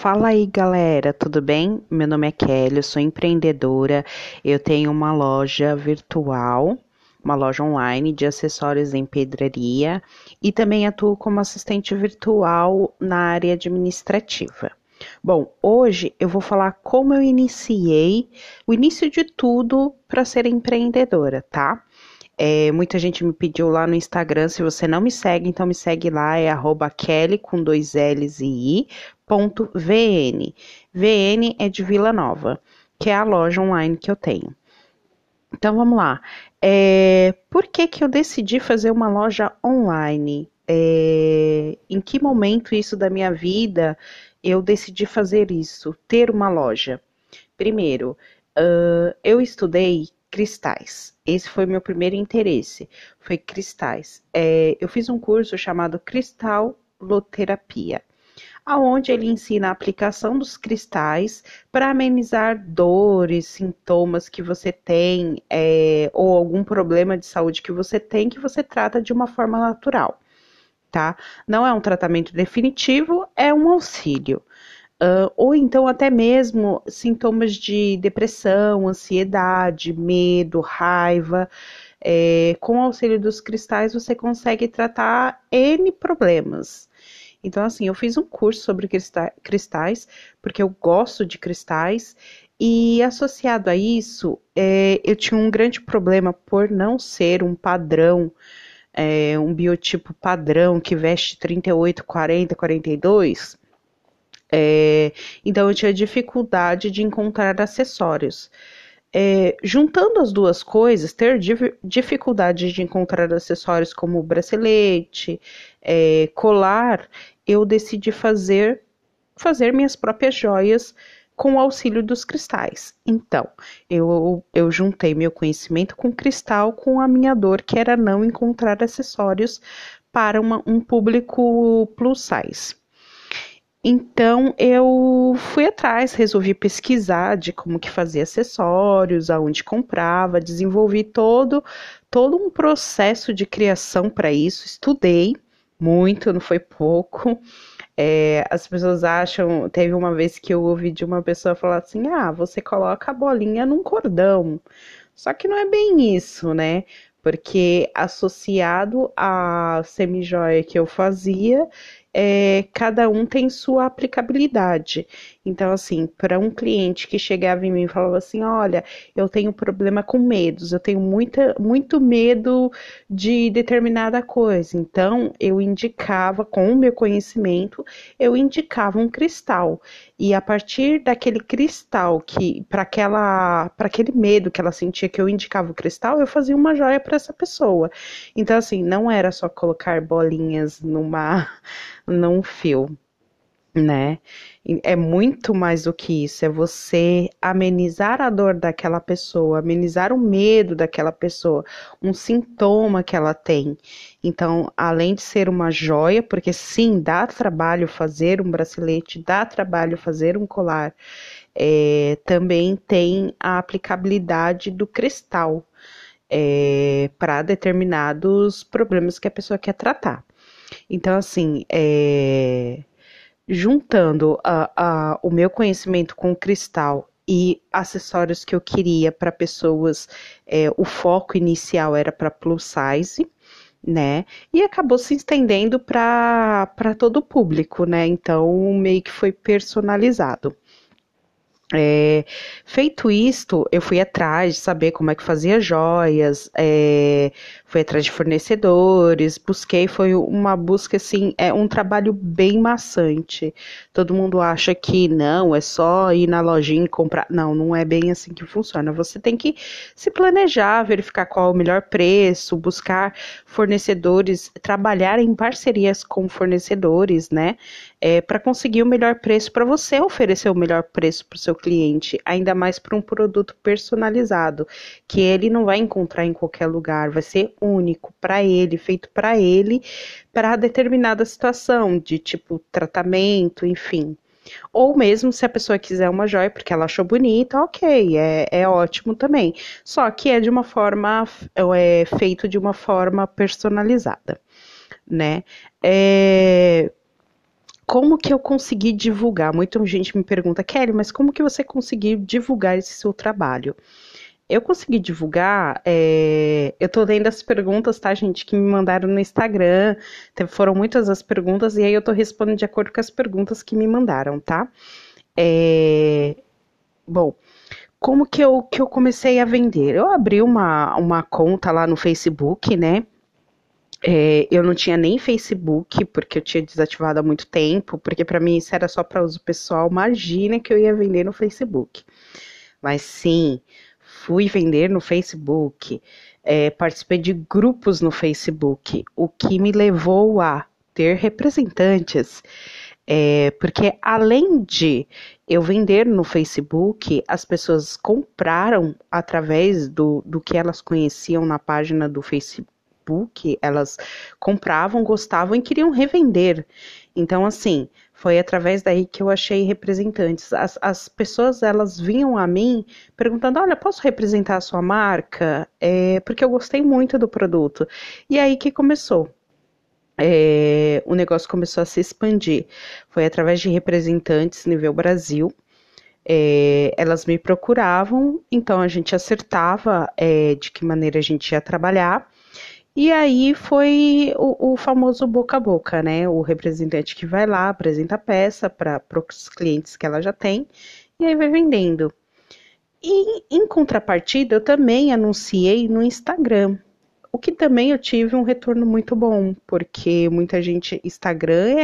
Fala aí, galera, tudo bem? Meu nome é Kelly, eu sou empreendedora. Eu tenho uma loja virtual, uma loja online de acessórios em pedraria e também atuo como assistente virtual na área administrativa. Bom, hoje eu vou falar como eu iniciei, o início de tudo para ser empreendedora, tá? Muita gente me pediu lá no Instagram, se você não me segue, então me segue lá, é @kelly com dois L's e I, ponto VN. VN é de Vila Nova, que é a loja online que eu tenho. Então vamos lá. Por que que eu decidi fazer uma loja online? Em que momento isso da minha vida eu decidi fazer isso, ter uma loja? Primeiro, eu estudei cristais. Esse foi meu primeiro interesse, foi cristais. Eu fiz um curso chamado Cristaloterapia, aonde ele ensina a aplicação dos cristais para amenizar dores, sintomas que você tem, ou algum problema de saúde que você trata de uma forma natural, tá? Não é um tratamento definitivo, é um auxílio. Ou então até mesmo sintomas de depressão, ansiedade, medo, raiva. Com o auxílio dos cristais você consegue tratar N problemas. Então, assim, eu fiz um curso sobre cristais, porque eu gosto de cristais, e associado a isso, eu tinha um grande problema por não ser um padrão, um biotipo padrão que veste 38, 40, 42. Então eu tinha dificuldade de encontrar acessórios. Juntando as duas coisas, ter dificuldade de encontrar acessórios como bracelete, colar, eu decidi fazer minhas próprias joias com o auxílio dos cristais. Então, eu juntei meu conhecimento com cristal com a minha dor, que era não encontrar acessórios para um público plus size. Então eu fui atrás, resolvi pesquisar de como que fazia acessórios, aonde comprava, desenvolvi todo um processo de criação para isso, estudei muito, não foi pouco. As pessoas acham, teve uma vez que eu ouvi de uma pessoa falar assim, você coloca a bolinha num cordão. Só que não é bem isso, né? Porque associado à semijoia que eu fazia, cada um tem sua aplicabilidade. Então, assim, para um cliente que chegava em mim e falava assim: Olha, eu tenho problema com medos, eu tenho muito medo de determinada coisa. Então, eu indicava, com o meu conhecimento, eu indicava um cristal. E a partir daquele cristal que, para aquele medo que ela sentia que eu indicava o cristal, eu fazia uma joia para essa pessoa. Então, assim, não era só colocar bolinhas num fio, né? É muito mais do que isso, é você amenizar a dor daquela pessoa, amenizar o medo daquela pessoa, um sintoma que ela tem. Então, além de ser uma joia, porque sim, dá trabalho fazer um bracelete, dá trabalho fazer um colar, também tem a aplicabilidade do cristal, para determinados problemas que a pessoa quer tratar. Então, assim, juntando o meu conhecimento com cristal e acessórios que eu queria para pessoas, o foco inicial era para plus size, né? E acabou se estendendo para todo o público, né? Então, meio que foi personalizado. É, Feito isto, eu fui atrás de saber como é que fazia joias, fui atrás de fornecedores, busquei, foi uma busca assim, um trabalho bem maçante. Todo mundo acha que não, é só ir na lojinha e comprar. Não, não é bem assim que funciona. Você tem que se planejar, verificar qual é o melhor preço, buscar fornecedores, trabalhar em parcerias com fornecedores, né? Para conseguir o melhor preço, para você oferecer o melhor preço para o seu cliente, ainda mais para um produto personalizado, que ele não vai encontrar em qualquer lugar, vai ser único para ele, feito para determinada situação, de tipo tratamento, enfim. Ou mesmo se a pessoa quiser uma joia porque ela achou bonita, ok, é ótimo também. Só que é de uma forma, feito de uma forma personalizada, né? Como que eu consegui divulgar? Muita gente me pergunta, Kelly, mas como que você conseguiu divulgar esse seu trabalho? Eu consegui divulgar, eu tô lendo as perguntas, tá, gente, que me mandaram no Instagram, foram muitas as perguntas, e aí eu tô respondendo de acordo com as perguntas que me mandaram, tá? É, bom, como que eu comecei a vender? Eu abri uma conta lá no Facebook, né? Eu não tinha nem Facebook, porque eu tinha desativado há muito tempo, porque para mim isso era só para uso pessoal. Imagina que eu ia vender no Facebook. Mas sim, fui vender no Facebook, participei de grupos no Facebook, o que me levou a ter representantes. Porque além de eu vender no Facebook, as pessoas compraram através do que elas conheciam na página do Facebook, elas compravam, gostavam e queriam revender. Então, assim, foi através daí que eu achei representantes. As pessoas, elas vinham a mim perguntando, olha, posso representar a sua marca? Porque eu gostei muito do produto. E aí que começou. O negócio começou a se expandir. Foi através de representantes nível Brasil. Elas me procuravam, então a gente acertava de que maneira a gente ia trabalhar. E aí foi o famoso boca a boca, né? O representante que vai lá, apresenta a peça para os clientes que ela já tem, e aí vai vendendo. E em contrapartida, eu também anunciei no Instagram. O que também eu tive um retorno muito bom, porque muita gente. Instagram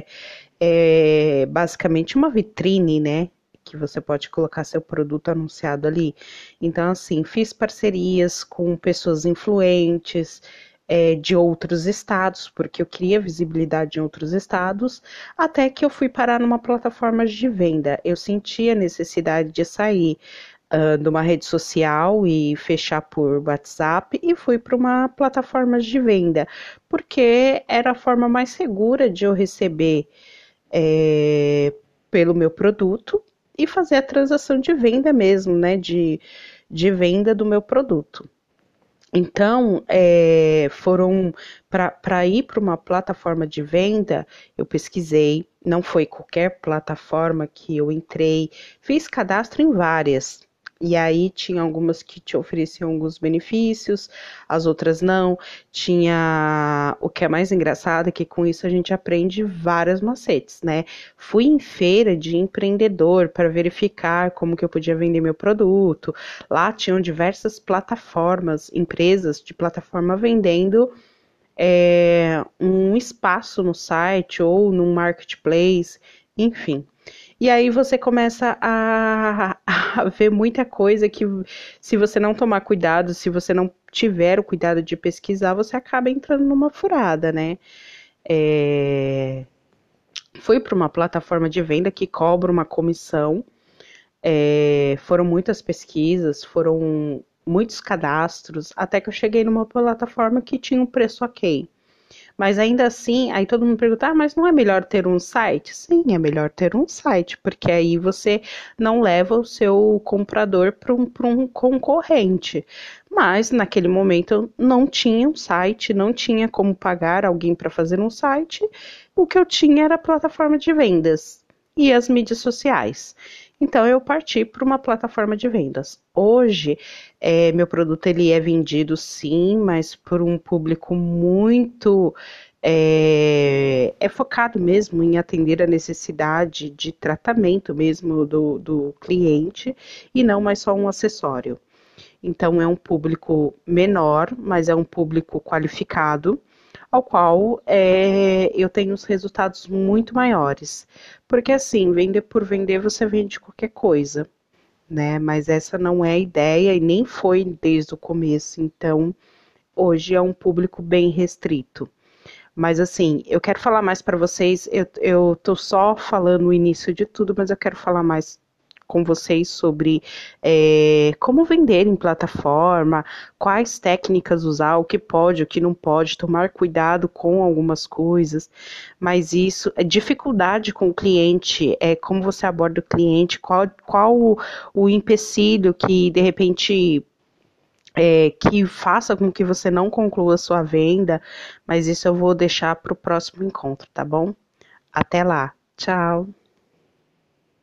é basicamente uma vitrine, né? Que você pode colocar seu produto anunciado ali. Então, assim, fiz parcerias com pessoas influentes de outros estados, porque eu queria visibilidade em outros estados, até que eu fui parar numa plataforma de venda. Eu senti a necessidade de sair de uma rede social e fechar por WhatsApp e fui para uma plataforma de venda, porque era a forma mais segura de eu receber é, pelo meu produto e fazer a transação de venda mesmo, né? De venda do meu produto. Então, foram para ir para uma plataforma de venda, eu pesquisei, não foi qualquer plataforma que eu entrei, fiz cadastro em várias. E aí tinha algumas que te ofereciam alguns benefícios, as outras não. Tinha o que é mais engraçado é que com isso a gente aprende várias macetes, né? Fui em feira de empreendedor para verificar como que eu podia vender meu produto. Lá tinham diversas plataformas, empresas de plataforma vendendo um espaço no site ou num marketplace, enfim. E aí você começa a ver muita coisa que, se você não tomar cuidado, se você não tiver o cuidado de pesquisar, você acaba entrando numa furada, né? É, Fui para uma plataforma de venda que cobra uma comissão. Foram muitas pesquisas, foram muitos cadastros, até que eu cheguei numa plataforma que tinha um preço ok. Mas ainda assim, aí todo mundo pergunta, mas não é melhor ter um site? Sim, é melhor ter um site, porque aí você não leva o seu comprador para um concorrente. Mas naquele momento eu não tinha um site, não tinha como pagar alguém para fazer um site. O que eu tinha era a plataforma de vendas e as mídias sociais. Então eu parti para uma plataforma de vendas. Hoje, meu produto ele é vendido sim, mas por um público muito focado mesmo em atender a necessidade de tratamento mesmo do cliente e não mais só um acessório. Então é um público menor, mas é um público qualificado, ao qual eu tenho os resultados muito maiores. Porque assim, vender por vender, você vende qualquer coisa, né? Mas essa não é a ideia e nem foi desde o começo. Então, hoje é um público bem restrito. Mas assim, eu quero falar mais para vocês. Eu tô só falando o início de tudo, mas eu quero falar mais com vocês sobre como vender em plataforma, quais técnicas usar, o que pode, o que não pode, tomar cuidado com algumas coisas. Mas isso é dificuldade com o cliente, como você aborda o cliente, qual o empecilho que de repente que faça com que você não conclua sua venda, mas isso eu vou deixar para o próximo encontro, tá bom? Até lá. Tchau.